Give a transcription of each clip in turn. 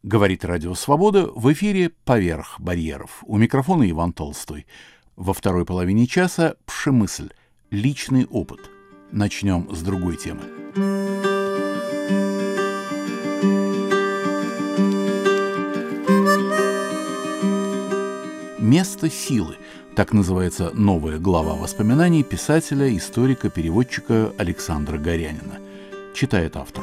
Говорит Радио Свобода, в эфире «Поверх барьеров». У микрофона Иван Толстой. Во второй половине часа «Пшемысль. Личный опыт». Начнем с другой темы. «Место силы» – так называется новая глава воспоминаний писателя, историка, переводчика Александра Горянина. Читает автор.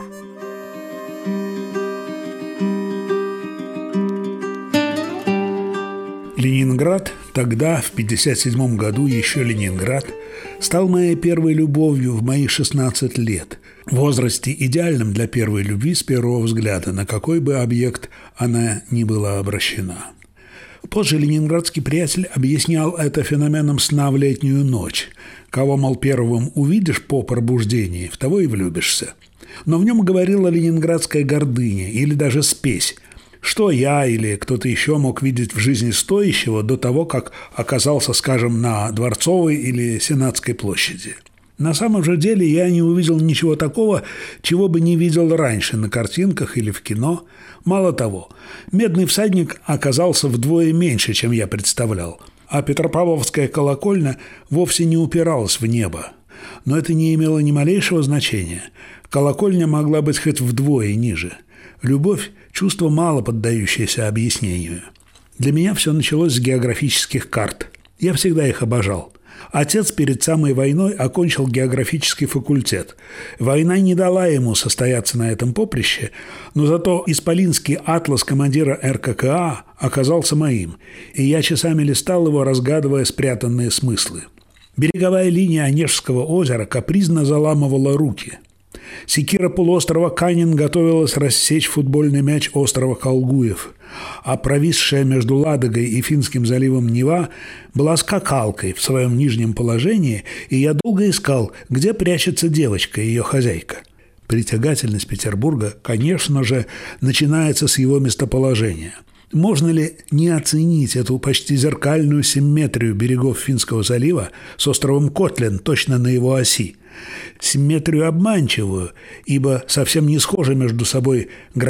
Ленинград, тогда, в 1957 году, еще Ленинград, стал моей первой любовью в мои 16 лет, в возрасте идеальном для первой любви с первого взгляда, на какой бы объект она ни была обращена. Позже ленинградский приятель объяснял это феноменом сна в летнюю ночь. Кого, мол, первым увидишь по пробуждении, в того и влюбишься. Но в нем говорила ленинградская гордыня или даже спесь. Что я или кто-то еще мог видеть в жизни стоящего до того, как оказался, скажем, на Дворцовой или Сенатской площади. На самом же деле я не увидел ничего такого, чего бы не видел раньше на картинках или в кино. Мало того, «Медный всадник» оказался вдвое меньше, чем я представлял, а Петропавловская колокольня вовсе не упиралась в небо. Но это не имело ни малейшего значения. Колокольня могла быть хоть вдвое ниже. Любовь – чувство, мало поддающееся объяснению. Для меня все началось с географических карт. Я всегда их обожал. Отец перед самой войной окончил географический факультет. Война не дала ему состояться на этом поприще, но зато исполинский атлас командира РККА оказался моим, и я часами листал его, разгадывая спрятанные смыслы. Береговая линия Онежского озера капризно заламывала руки. Секира полуострова Канин готовилась рассечь футбольный мяч острова Колгуев, а провисшая между Ладогой и Финским заливом Нева была скакалкой в своем нижнем положении, и я долго искал, где прячется девочка, ее хозяйка. Притягательность Петербурга, конечно же, начинается с его местоположения. Можно ли не оценить эту почти зеркальную симметрию берегов Финского залива с островом Котлин точно на его оси? Симметрию обманчивую, ибо совсем не схожи между собой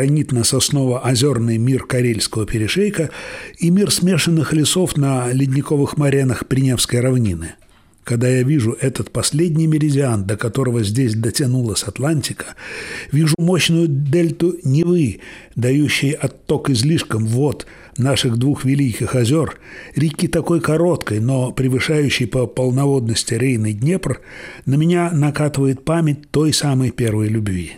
гранитно-сосново-озерный мир Карельского перешейка и мир смешанных лесов на ледниковых моренах Приневской равнины. Когда я вижу этот последний меридиан, до которого здесь дотянулась Атлантика, вижу мощную дельту Невы, дающей отток излишкам вод наших двух великих озер, реки такой короткой, но превышающей по полноводности Рейн и Днепр, на меня накатывает память той самой первой любви.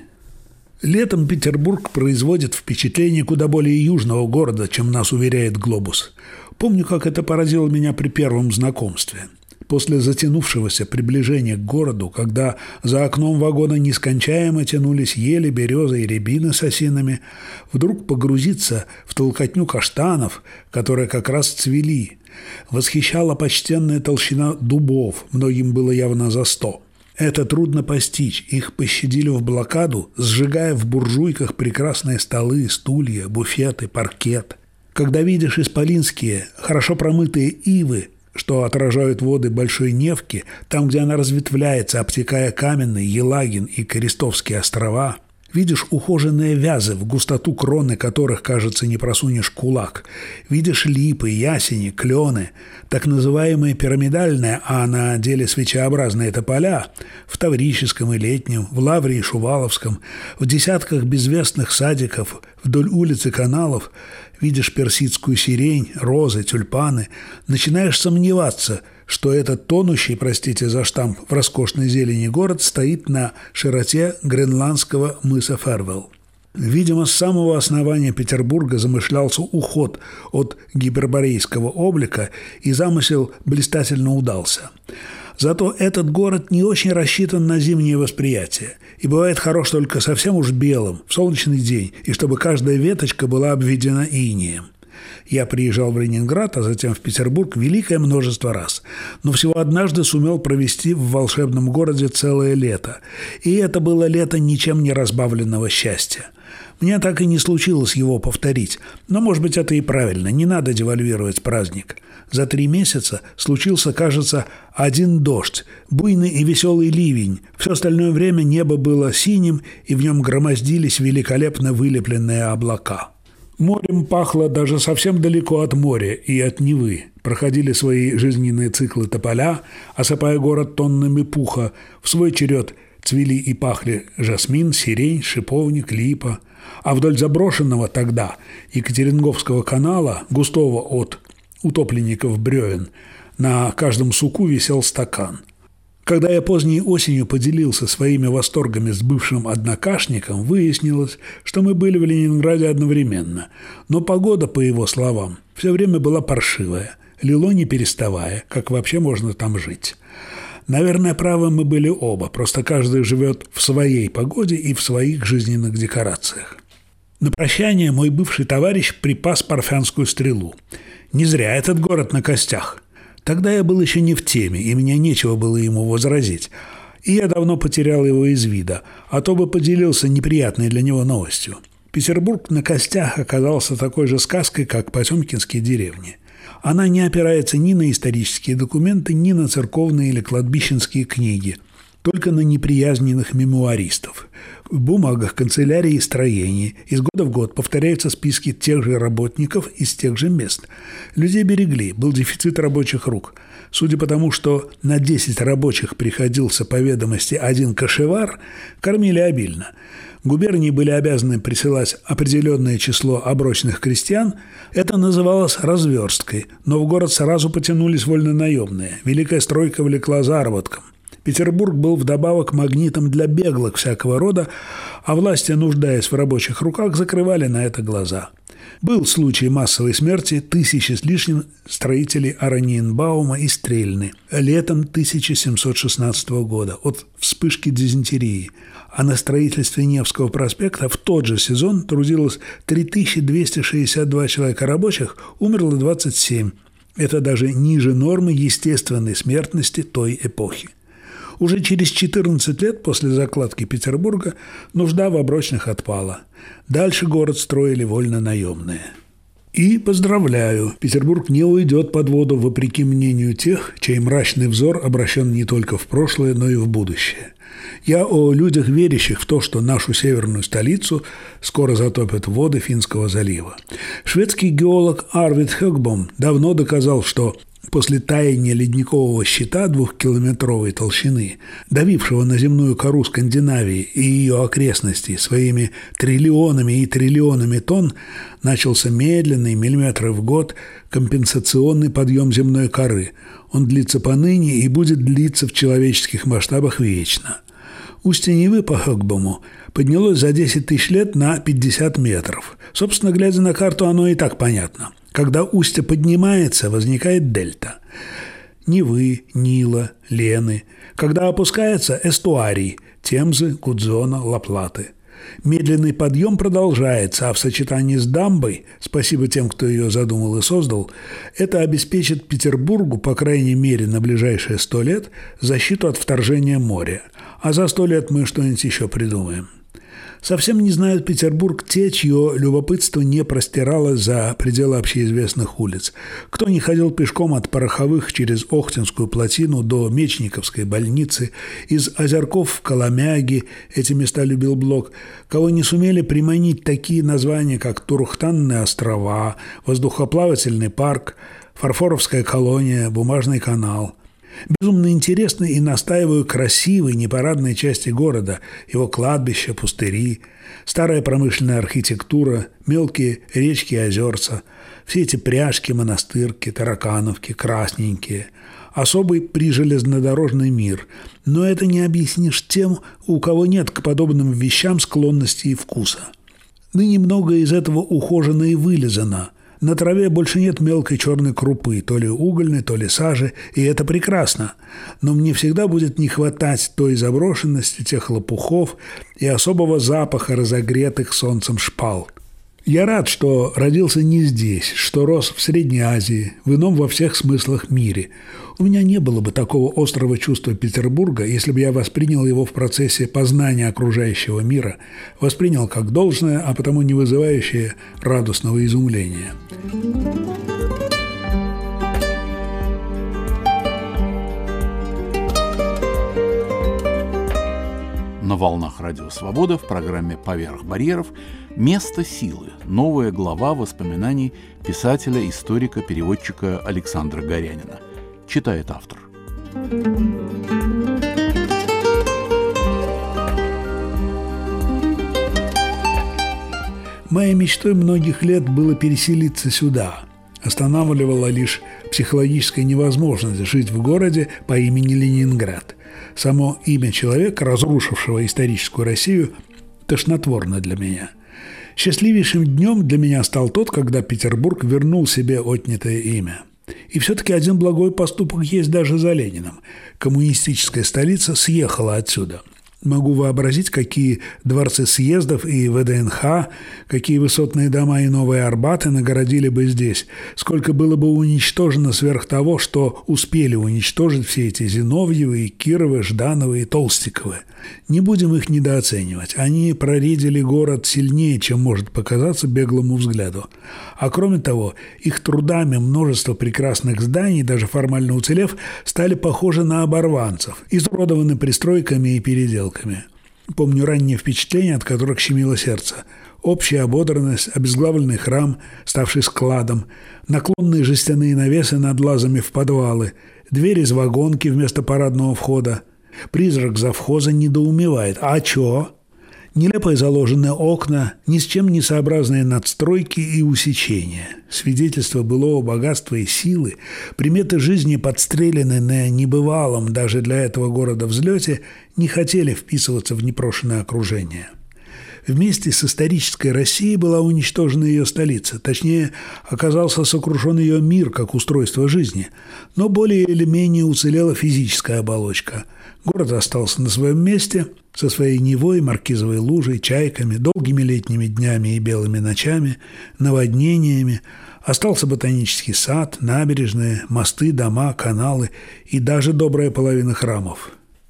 Летом Петербург производит впечатление куда более южного города, чем нас уверяет глобус. Помню, как это поразило меня при первом знакомстве. После затянувшегося приближения к городу, когда за окном вагона нескончаемо тянулись ели, березы и рябины с осинами, вдруг погрузиться в толкотню каштанов, которые как раз цвели. Восхищала почтенная толщина дубов, многим было явно за 100. Это трудно постичь, их пощадили в блокаду, сжигая в буржуйках прекрасные столы, стулья, буфеты, паркет. Когда видишь исполинские, хорошо промытые ивы, что отражают воды Большой Невки, там, где она разветвляется, обтекая Каменный, Елагин и Крестовские острова. Видишь ухоженные вязы, в густоту кроны которых, кажется, не просунешь кулак. Видишь липы, ясени, клены, так называемые пирамидальные, а на деле свечеобразные тополя, в Таврическом и Летнем, в Лавре и Шуваловском, в десятках безвестных садиков, вдоль улиц и каналов. Видишь персидскую сирень, розы, тюльпаны, начинаешь сомневаться, что этот тонущий, простите за штамп, в роскошной зелени город стоит на широте гренландского мыса Фервелл. Видимо, с самого основания Петербурга замышлялся уход от гиперборейского облика, и замысел блистательно удался. Зато этот город не очень рассчитан на зимнее восприятие и бывает хорош только совсем уж белым, в солнечный день, и чтобы каждая веточка была обведена инеем. Я приезжал в Ленинград, а затем в Петербург великое множество раз, но всего однажды сумел провести в волшебном городе целое лето. И это было лето ничем не разбавленного счастья. Мне так и не случилось его повторить, но, может быть, это и правильно, не надо девальвировать праздник. За 3 месяца случился, кажется, один дождь, буйный и веселый ливень. Все остальное время небо было синим, и в нем громоздились великолепно вылепленные облака. Морем пахло даже совсем далеко от моря и от Невы. Проходили свои жизненные циклы тополя, осыпая город тоннами пуха. В свой черед цвели и пахли жасмин, сирень, шиповник, липа. А вдоль заброшенного тогда Екатеринговского канала, густого от утопленников бревен, на каждом суку висел стакан. Когда я поздней осенью поделился своими восторгами с бывшим однокашником, выяснилось, что мы были в Ленинграде одновременно. Но погода, по его словам, все время была паршивая, лило не переставая, как вообще можно там жить. Наверное, правы мы были оба, просто каждый живет в своей погоде и в своих жизненных декорациях. На прощание мой бывший товарищ припас парфянскую стрелу. Не зря этот город на костях. Тогда я был еще не в теме, и мне нечего было ему возразить. И я давно потерял его из вида, а то бы поделился неприятной для него новостью. Петербург на костях оказался такой же сказкой, как потемкинские деревни. Она не опирается ни на исторические документы, ни на церковные или кладбищенские книги, только на неприязненных мемуаристов. В бумагах канцелярии и строений из года в год повторяются списки тех же работников из тех же мест. Людей берегли, был дефицит рабочих рук. Судя по тому, что на 10 рабочих приходился по ведомости один кошевар, кормили обильно. Губернии были обязаны присылать определенное число оброчных крестьян. Это называлось разверсткой, но в город сразу потянулись вольнонаемные. Великая стройка влекла заработком. Петербург был вдобавок магнитом для беглых всякого рода, а власти, нуждаясь в рабочих руках, закрывали на это глаза. Был случай массовой смерти 1000 с лишним строителей Ораниенбаума и Стрельны летом 1716 года от вспышки дизентерии, а на строительстве Невского проспекта в тот же сезон трудилось 3262 человека рабочих, умерло 27. Это даже ниже нормы естественной смертности той эпохи. Уже через 14 лет после закладки Петербурга нужда в оброчных отпала. Дальше город строили вольнонаемные. И, поздравляю, Петербург не уйдет под воду вопреки мнению тех, чей мрачный взор обращен не только в прошлое, но и в будущее. Я о людях, верящих в то, что нашу северную столицу скоро затопят воды Финского залива. Шведский геолог Арвид Хёгбом давно доказал, что после таяния ледникового щита 2-километровой толщины, давившего на земную кору Скандинавии и ее окрестностей своими триллионами и триллионами тонн, начался медленный, миллиметры в год, компенсационный подъем земной коры. Он длится поныне и будет длиться в человеческих масштабах вечно. Устье Невы по Хёгбому поднялось за 10 тысяч лет на 50 метров. Собственно, глядя на карту, оно и так понятно. Когда устье поднимается, возникает дельта. Невы, Нила, Лены. Когда опускается – эстуарий – Темзы, Гудзона, Ла-Платы. Медленный подъем продолжается, а в сочетании с дамбой, спасибо тем, кто ее задумал и создал, это обеспечит Петербургу, по крайней мере на ближайшие 100 лет, защиту от вторжения моря. А за 100 лет мы что-нибудь еще придумаем. Совсем не знают Петербург те, чье любопытство не простиралось за пределы общеизвестных улиц. Кто не ходил пешком от Пороховых через Охтинскую плотину до Мечниковской больницы, из Озерков в Коломяги, эти места любил Блок, кого не сумели приманить такие названия, как Турухтанные острова, Воздухоплавательный парк, Фарфоровская колония, Бумажный канал. Безумно интересны и настаиваю красивой, непарадной части города, его кладбища, пустыри, старая промышленная архитектура, мелкие речки и озерца, все эти пряжки, монастырки, таракановки, красненькие, особый прижелезнодорожный мир. Но это не объяснишь тем, у кого нет к подобным вещам склонности и вкуса. Ныне многое из этого ухожено и вылизано. На траве больше нет мелкой черной крупы, то ли угольной, то ли сажи, и это прекрасно. Но мне всегда будет не хватать той заброшенности, тех лопухов и особого запаха разогретых солнцем шпал. Я рад, что родился не здесь, что рос в Средней Азии, в ином во всех смыслах мире. У меня не было бы такого острого чувства Петербурга, если бы я воспринял его в процессе познания окружающего мира, воспринял как должное, а потому не вызывающее радостного изумления. на волнах Радио Свобода в программе «Поверх барьеров» «Место силы». Новая глава воспоминаний писателя, историка, переводчика Александра Горянина. Читает автор. Моей мечтой многих лет было переселиться сюда. Останавливала лишь психологическая невозможность жить в городе по имени Ленинград. Само имя человека, разрушившего историческую Россию, тошнотворно для меня. Счастливейшим днем для меня стал тот, когда Петербург вернул себе отнятое имя. И все-таки один благой поступок есть даже за Лениным. Коммунистическая столица съехала отсюда. Могу вообразить, какие дворцы съездов и ВДНХ, какие высотные дома и новые Арбаты нагородили бы здесь, сколько было бы уничтожено сверх того, что успели уничтожить все эти Зиновьевы, Кировы, Ждановы и Толстиковы. Не будем их недооценивать. Они проредили город сильнее, чем может показаться беглому взгляду. А кроме того, их трудами множество прекрасных зданий, даже формально уцелев, стали похожи на оборванцев, изуродованы пристройками и переделками. Помню ранние впечатления, от которых щемило сердце. Общая ободранность, обезглавленный храм, ставший складом, наклонные жестяные навесы над лазами в подвалы, дверь из вагонки вместо парадного входа. Призрак завхоза недоумевает. А чё? Нелепые заложенные окна, ни с чем не сообразные надстройки и усечения. Свидетельство былого богатства и силы, приметы жизни подстрелены на небывалом даже для этого города взлете, не хотели вписываться в непрошенное окружение. Вместе с исторической Россией была уничтожена ее столица, точнее, оказался сокрушен ее мир как устройство жизни, но более или менее уцелела физическая оболочка. Город остался на своем месте, со своей Невой, Маркизовой лужей, чайками, долгими летними днями и белыми ночами, наводнениями. Остался ботанический сад, набережные, мосты, дома, каналы и даже добрая половина храмов.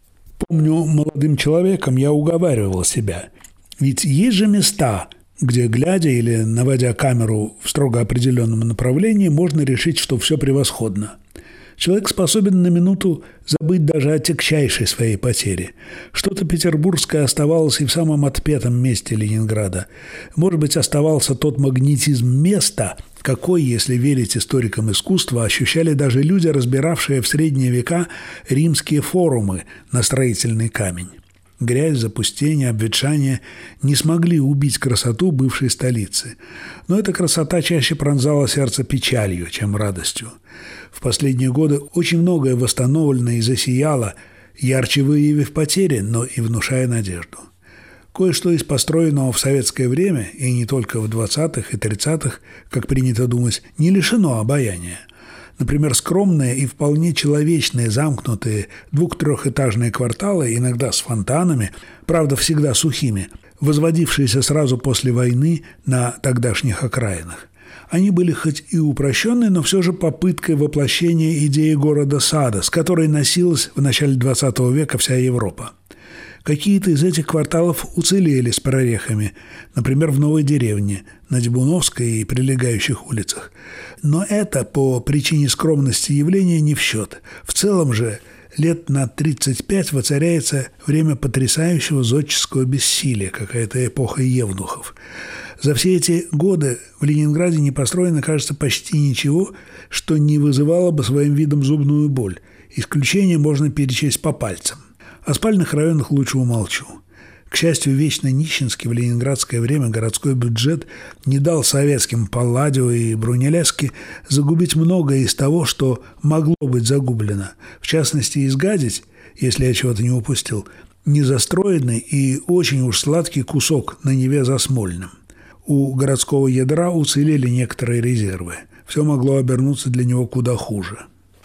Помню, молодым человеком я уговаривал себя. Ведь есть же места, где, глядя или наводя камеру в строго определенном направлении, можно решить, что все превосходно. Человек способен на минуту забыть даже о тягчайшей своей потере. Что-то петербургское оставалось и в самом отпетом месте Ленинграда. Может быть, оставался тот магнетизм места, какой, если верить историкам искусства, ощущали даже люди, разбиравшие в средние века римские форумы на строительный камень. Грязь, запустение, обветшание не смогли убить красоту бывшей столицы. Но эта красота чаще пронзала сердце печалью, чем радостью. В последние годы очень многое восстановлено и засияло, ярче выявив потери, но и внушая надежду. Кое-что из построенного в советское время, и не только в 20-х и 30-х, как принято думать, не лишено обаяния. Например, скромные и вполне человечные замкнутые 2-3-этажные кварталы, иногда с фонтанами, правда, всегда сухими, возводившиеся сразу после войны на тогдашних окраинах. Они были хоть и упрощенные, но все же попыткой воплощения идеи города-сада, с которой носилась в начале XX века вся Европа. Какие-то из этих кварталов уцелели с прорехами, например, в Новой деревне, на Дебуновской и прилегающих улицах. Но это по причине скромности явления не в счет. В целом же лет на 35 воцаряется время потрясающего зодческого бессилия, какая-то эпоха евнухов. За все эти годы в Ленинграде не построено, кажется, почти ничего, что не вызывало бы своим видом зубную боль. Исключения можно перечесть по пальцам. О спальных районах лучше умолчу. К счастью, вечно нищенский в ленинградское время городской бюджет не дал советским Палладио и Брунеллески загубить многое из того, что могло быть загублено. В частности, изгадить, если я чего-то не упустил, незастроенный и очень уж сладкий кусок на Неве за Смольным. У городского ядра уцелели некоторые резервы. Все могло обернуться для него куда хуже.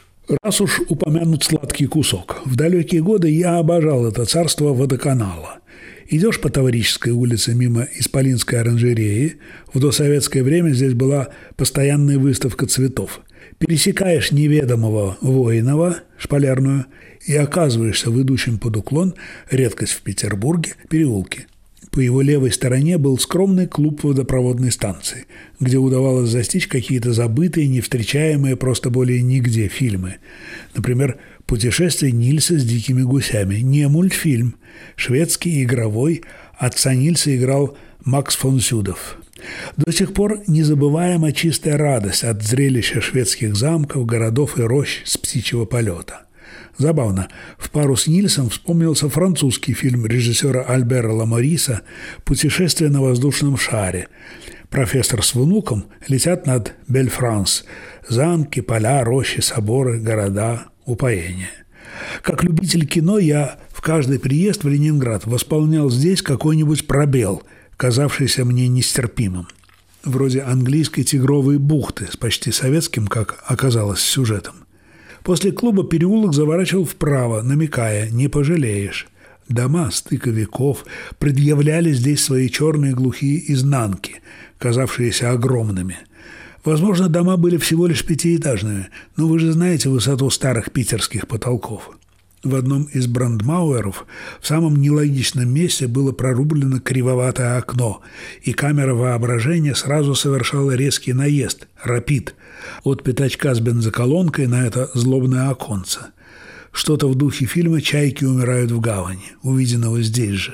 Раз уж упомянут сладкий кусок. В далекие годы я обожал это царство водоканала. Идешь по Таврической улице мимо Исполинской оранжереи. В досоветское время здесь была постоянная выставка цветов. Пересекаешь неведомого Воинова, Шполярную, и оказываешься в идущем под уклон, редкость в Петербурге, переулке. По его левой стороне был скромный клуб водопроводной станции, где удавалось застичь какие-то забытые, не встречаемые просто более нигде фильмы. Например, «Путешествие Нильса с дикими гусями». Не мультфильм. Шведский, игровой. Отца Нильса играл Макс фон Сюдов. До сих пор незабываема чистая радость от зрелища шведских замков, городов и рощ с птичьего полета. Забавно, в пару с Нильсом вспомнился французский фильм режиссера Альбера Ламориса «Путешествие на воздушном шаре». Профессор с внуком летят над Бель-Франс. Замки, поля, рощи, соборы, города, упоение. Как любитель кино я в каждый приезд в Ленинград восполнял здесь какой-нибудь пробел, казавшийся мне нестерпимым. Вроде английской тигровой бухты с почти советским, как оказалось, сюжетом. После клуба переулок заворачивал вправо, намекая «не пожалеешь». Дома стыка веков предъявляли здесь свои черные глухие изнанки, казавшиеся огромными. Возможно, дома были всего лишь пятиэтажными, но вы же знаете высоту старых питерских потолков. В одном из брандмауэров в самом нелогичном месте было прорублено кривоватое окно, и камера воображения сразу совершала резкий наезд, рапид, от пятачка с бензоколонкой на это злобное оконце. Что-то в духе фильма «Чайки умирают в гавани», увиденного здесь же.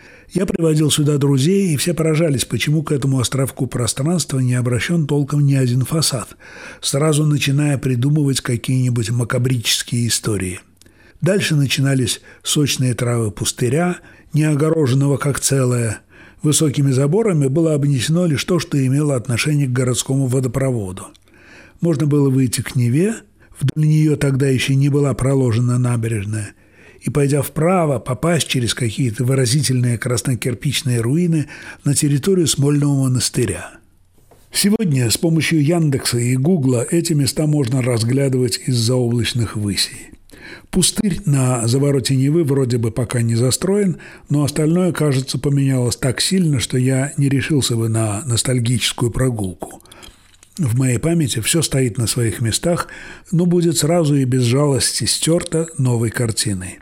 Я приводил сюда друзей, и все поражались, почему к этому островку пространства не обращен толком ни один фасад, сразу начиная придумывать какие-нибудь макабрические истории. Дальше начинались сочные травы пустыря, не огороженного как целое. Высокими заборами было обнесено лишь то, что имело отношение к городскому водопроводу. Можно было выйти к Неве, вдоль нее тогда еще не была проложена набережная, и, пойдя вправо, попасть через какие-то выразительные краснокирпичные руины на территорию Смольного монастыря. Сегодня с помощью Яндекса и Гугла эти места можно разглядывать из заоблачных высей. Пустырь на завороте Невы вроде бы пока не застроен, но остальное, кажется, поменялось так сильно, что я не решился бы на ностальгическую прогулку. В моей памяти все стоит на своих местах, но будет сразу и без жалости стерто новой картиной.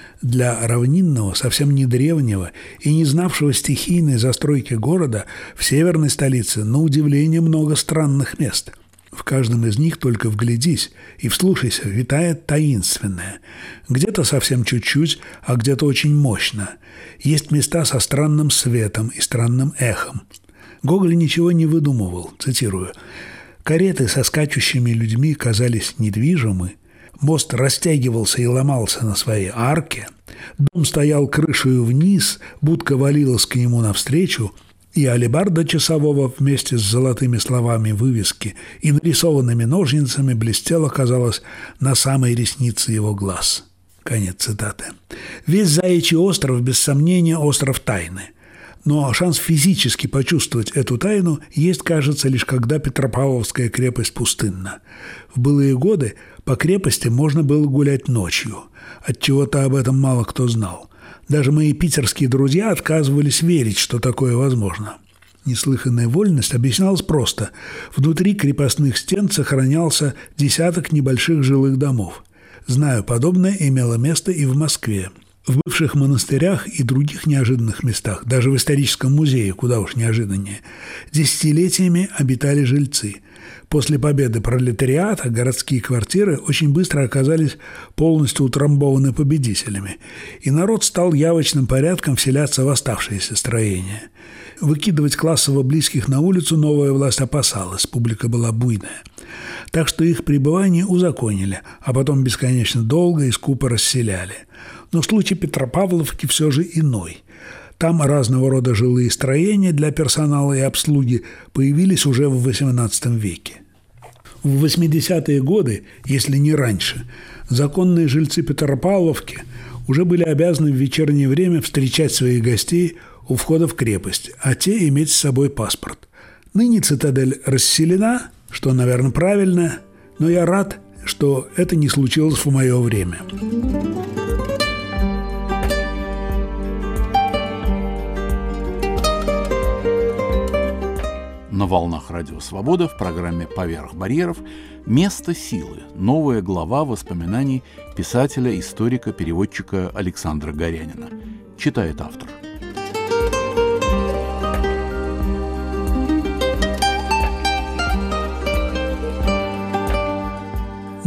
Для равнинного, совсем не древнего и не знавшего стихийной застройки города в северной столице на удивление много странных мест. В каждом из них только вглядись и вслушайся, витает таинственное. Где-то совсем чуть-чуть, а где-то очень мощно. Есть места со странным светом и странным эхом. Гоголь ничего не выдумывал, цитирую. «Кареты со скачущими людьми казались недвижимы, мост растягивался и ломался на своей арке, дом стоял крышею вниз, будка валилась к нему навстречу, и алебарда часового вместе с золотыми словами вывески и нарисованными ножницами блестела, казалось, на самой реснице его глаз». Конец цитаты. Весь Заячий остров, без сомнения, остров тайны. Но шанс физически почувствовать эту тайну есть, кажется, лишь когда Петропавловская крепость пустынна. В былые годы по крепости можно было гулять ночью. Отчего-то об этом мало кто знал. Даже мои питерские друзья отказывались верить, что такое возможно. Неслыханная вольность объяснялась просто. Внутри крепостных стен сохранялся десяток небольших жилых домов. Знаю, подобное имело место и в Москве. В бывших монастырях и других неожиданных местах, даже в историческом музее, куда уж неожиданнее, десятилетиями обитали жильцы. После победы пролетариата городские квартиры очень быстро оказались полностью утрамбованы победителями, и народ стал явочным порядком вселяться в оставшиеся строения. Выкидывать классово близких на улицу новая власть опасалась, публика была буйная. Так что их пребывание узаконили, а потом бесконечно долго и скупо расселяли. Но случай Петропавловки все же иной. Там разного рода жилые строения для персонала и обслуги появились уже в XVIII веке. В 80-е годы, если не раньше, законные жильцы Петропавловки уже были обязаны в вечернее время встречать своих гостей у входа в крепость, а те иметь с собой паспорт. Ныне цитадель расселена, что, наверное, правильно, но я рад, что это не случилось в мое время. На волнах Радио Свобода в программе «Поверх барьеров» «Место силы». Новая глава воспоминаний писателя, историка, переводчика Александра Горянина. Читает автор.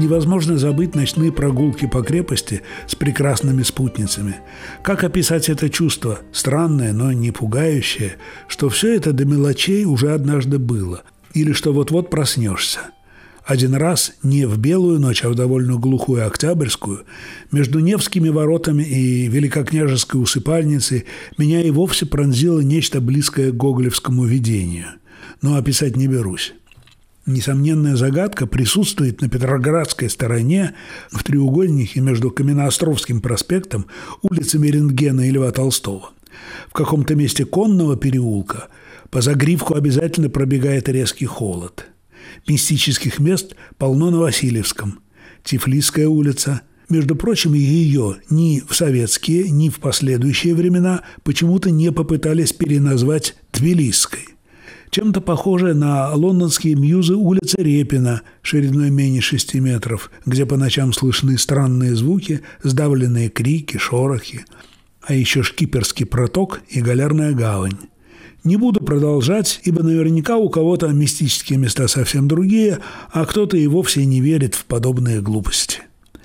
Невозможно забыть ночные прогулки по крепости с прекрасными спутницами. Как описать это чувство, странное, но не пугающее, что все это до мелочей уже однажды было, или что вот-вот проснешься? Один раз, не в белую ночь, а в довольно глухую октябрьскую, между Невскими воротами и Великокняжеской усыпальницей меня и вовсе пронзило нечто близкое к гоголевскому видению. Но описать не берусь. Несомненная загадка присутствует на Петроградской стороне в треугольнике между Каменноостровским проспектом, улицами Рентгена и Льва Толстого. В каком-то месте конного переулка по загривку обязательно пробегает резкий холод. Мистических мест полно на Васильевском. Тифлисская улица. Между прочим, ее ни в советские, ни в последующие времена почему-то не попытались переназвать Тбилисской. Чем-то похожая на лондонские мьюзы улица Репина, шириной менее 6 метров, где по ночам слышны странные звуки, сдавленные крики, шорохи. А еще Шкиперский проток и Галерная гавань. Не буду продолжать, ибо наверняка у кого-то мистические места совсем другие, а кто-то и вовсе не верит в подобные глупости.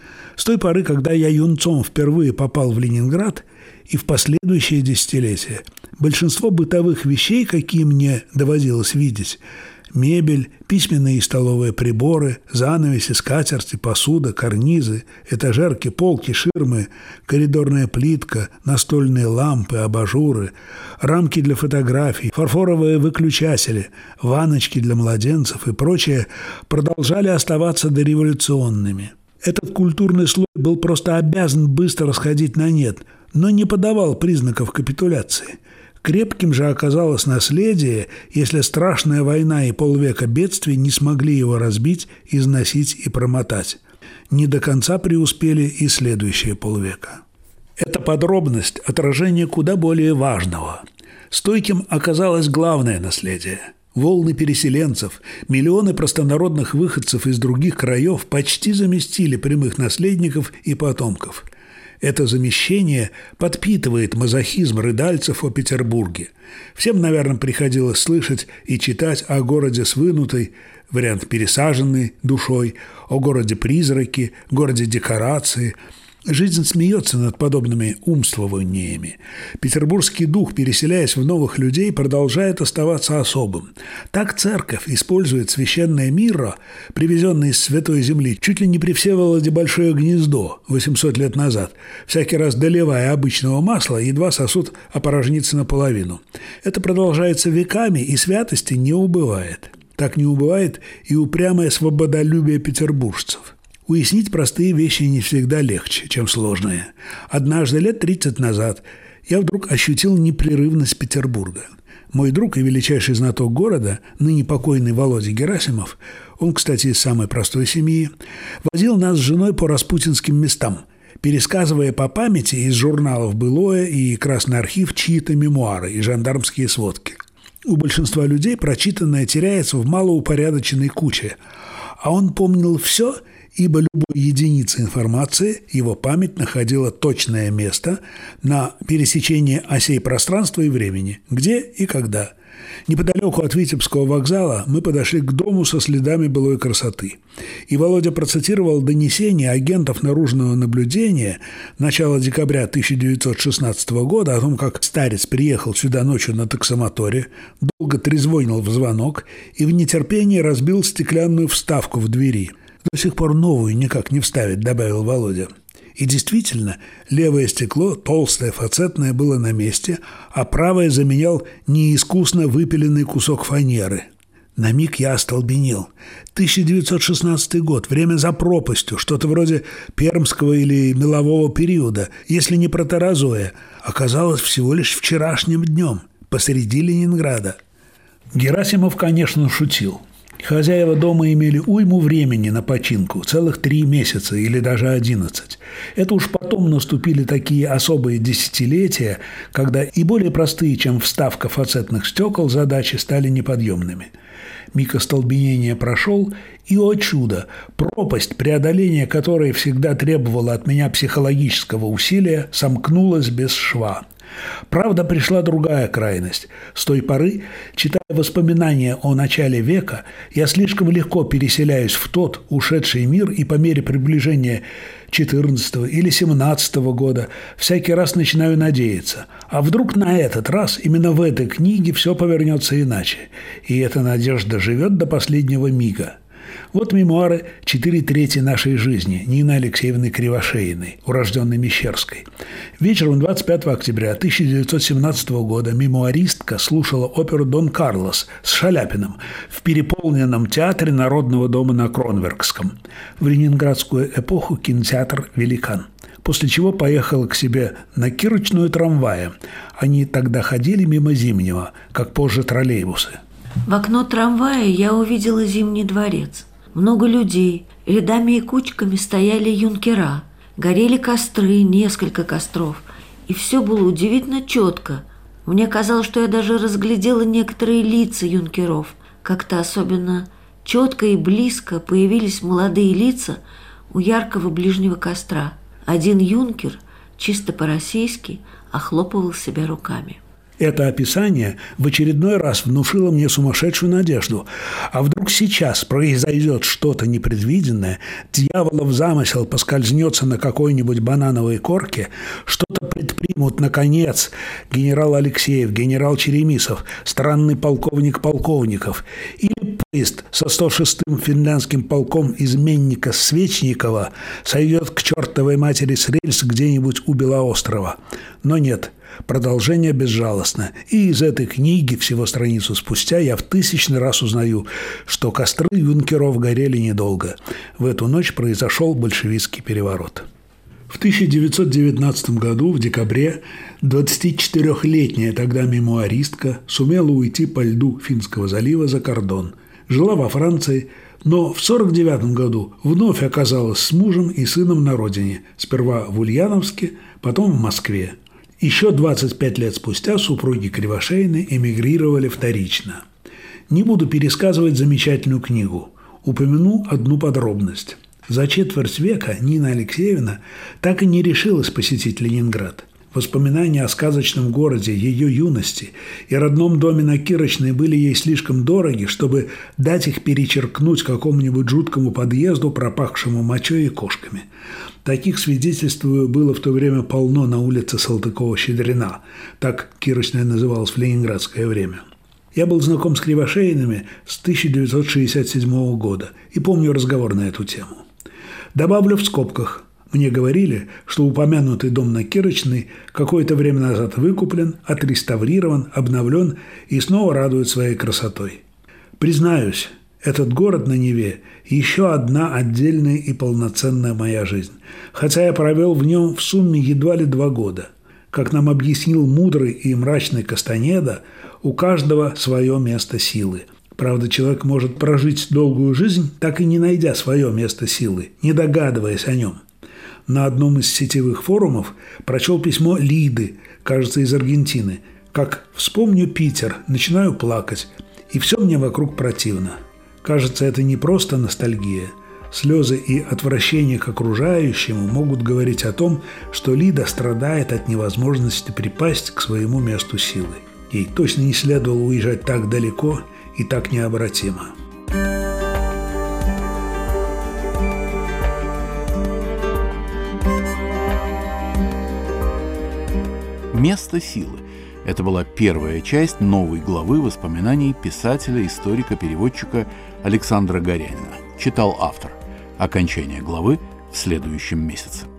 С той поры, когда я юнцом впервые попал в Ленинград, и в последующие десятилетия большинство бытовых вещей, какие мне доводилось видеть – мебель, письменные и столовые приборы, занавеси, скатерти, посуда, карнизы, этажерки, полки, ширмы, коридорная плитка, настольные лампы, абажуры, рамки для фотографий, фарфоровые выключатели, ванночки для младенцев и прочее продолжали оставаться дореволюционными. Этот культурный слой был просто обязан быстро сходить на нет, но не подавал признаков капитуляции. Крепким же оказалось наследие, если страшная война и полвека бедствий не смогли его разбить, износить и промотать. Не до конца преуспели и следующие полвека. Эта подробность – отражение куда более важного. Стойким оказалось главное наследие. Волны переселенцев, миллионы простонародных выходцев из других краев почти заместили прямых наследников и потомков. Это замещение подпитывает мазохизм рыдальцев о Петербурге. Всем, наверное, приходилось слышать и читать о городе с вынутой, вариант пересаженной душой, о городе-призраке, городе декорации. Жизнь смеется над подобными умствованиями. Петербургский дух, переселяясь в новых людей, продолжает оставаться особым. Так церковь использует священное мирро, привезенное из Святой Земли, чуть ли не при Всеволоде Большое Гнездо 800 лет назад, всякий раз доливая обычного масла, едва сосуд опорожнится наполовину. Это продолжается веками, и святости не убывает. Так не убывает и упрямое свободолюбие петербуржцев. Уяснить простые вещи не всегда легче, чем сложные. Однажды, лет 30 назад, я вдруг ощутил непрерывность Петербурга. Мой друг и величайший знаток города, ныне покойный Володя Герасимов, он, кстати, из самой простой семьи, возил нас с женой по распутинским местам, пересказывая по памяти из журналов «Былое» и «Красный архив» чьи-то мемуары и жандармские сводки. У большинства людей прочитанное теряется в малоупорядоченной куче, а он помнил все, ибо любой единице информации его память находила точное место на пересечении осей пространства и времени, где и когда. Неподалеку от Витебского вокзала мы подошли к дому со следами былой красоты. И Володя процитировал донесение агентов наружного наблюдения начала декабря 1916 года о том, как старец приехал сюда ночью на таксомоторе, долго трезвонил в звонок и в нетерпении разбил стеклянную вставку в двери. «До сих пор новую никак не вставить», – добавил Володя. И действительно, левое стекло, толстое, фацетное, было на месте, а правое заменял неискусно выпиленный кусок фанеры. На миг я остолбенел. 1916 год, время за пропастью, что-то вроде пермского или мелового периода, если не протерозоя, оказалось всего лишь вчерашним днем, посреди Ленинграда. Герасимов, конечно, шутил. Хозяева дома имели уйму времени на починку, целых 3 месяца или даже 11. Это уж потом наступили такие особые десятилетия, когда и более простые, чем вставка фацетных стекол, задачи стали неподъемными. Миг остолбенения прошел, и, о чудо, пропасть, преодоление которой всегда требовала от меня психологического усилия, сомкнулась без шва. Правда, пришла другая крайность. С той поры, читая воспоминания о начале века, я слишком легко переселяюсь в тот ушедший мир и по мере приближения 14 или 17 года всякий раз начинаю надеяться. А вдруг на этот раз именно в этой книге все повернется иначе? И эта надежда живет до последнего мига. Вот мемуары «4/3 нашей жизни» Нины Алексеевны Кривошеиной, урожденной Мещерской. Вечером 25 октября 1917 года мемуаристка слушала оперу «Дон Карлос» с Шаляпиным в переполненном театре Народного дома на Кронверкском. В ленинградскую эпоху кинотеатр «Великан». После чего поехала к себе на Кирочную трамвае. Они тогда ходили мимо Зимнего, как позже троллейбусы. В окно трамвая я увидела Зимний дворец. Много людей, рядами и кучками стояли юнкера. Горели костры, несколько костров. И все было удивительно четко. Мне казалось, что я даже разглядела некоторые лица юнкеров. Как-то особенно четко и близко появились молодые лица у яркого ближнего костра. Один юнкер, чисто по-российски, охлопывал себя руками. Это описание в очередной раз внушило мне сумасшедшую надежду. А вдруг сейчас произойдет что-то непредвиденное, дьяволов замысел поскользнется на какой-нибудь банановой корке, что-то предпримут, наконец, генерал Алексеев, генерал Черемисов, странный полковник Полковников, или поезд со 106-м финляндским полком изменника Свечникова сойдет к чертовой матери с рельс где-нибудь у Белоострова. Но нет. Продолжение безжалостно. И из этой книги, всего страницу спустя, я в 1000-й раз узнаю, что костры юнкеров горели недолго. В эту ночь произошел большевистский переворот. В 1919 году, в декабре, 24-летняя тогда мемуаристка сумела уйти по льду Финского залива за кордон. Жила во Франции, но в 1949 году вновь оказалась с мужем и сыном на родине. Сперва в Ульяновске, потом в Москве. Еще 25 лет спустя супруги Кривошеины эмигрировали вторично. Не буду пересказывать замечательную книгу. Упомяну одну подробность. За четверть века Нина Алексеевна так и не решилась посетить Ленинград. Воспоминания о сказочном городе, ее юности и родном доме на Кирочной были ей слишком дороги, чтобы дать их перечеркнуть какому-нибудь жуткому подъезду, пропахшему мочой и кошками. Таких, свидетельствую, было в то время полно на улице Салтыкова-Щедрина, так Кирочная называлась в ленинградское время. Я был знаком с Кривошеиными с 1967 года и помню разговор на эту тему. Добавлю в скобках. Мне говорили, что упомянутый дом на Кирочной какое-то время назад выкуплен, отреставрирован, обновлен и снова радует своей красотой. Признаюсь, этот город на Неве – еще одна отдельная и полноценная моя жизнь, хотя я провел в нем в сумме едва ли 2 года. Как нам объяснил мудрый и мрачный Кастанеда, у каждого свое место силы. Правда, человек может прожить долгую жизнь, так и не найдя свое место силы, не догадываясь о нем. На одном из сетевых форумов прочел письмо Лиды, кажется, из Аргентины. Как вспомню Питер, начинаю плакать, и все мне вокруг противно. Кажется, это не просто ностальгия. Слезы и отвращение к окружающему могут говорить о том, что Лида страдает от невозможности припасть к своему месту силы. Ей точно не следовало уезжать так далеко и так необратимо. «Место силы» – это была первая часть новой главы воспоминаний писателя, историка, переводчика Александра Горянина. Читал автор. Окончание главы в следующем месяце.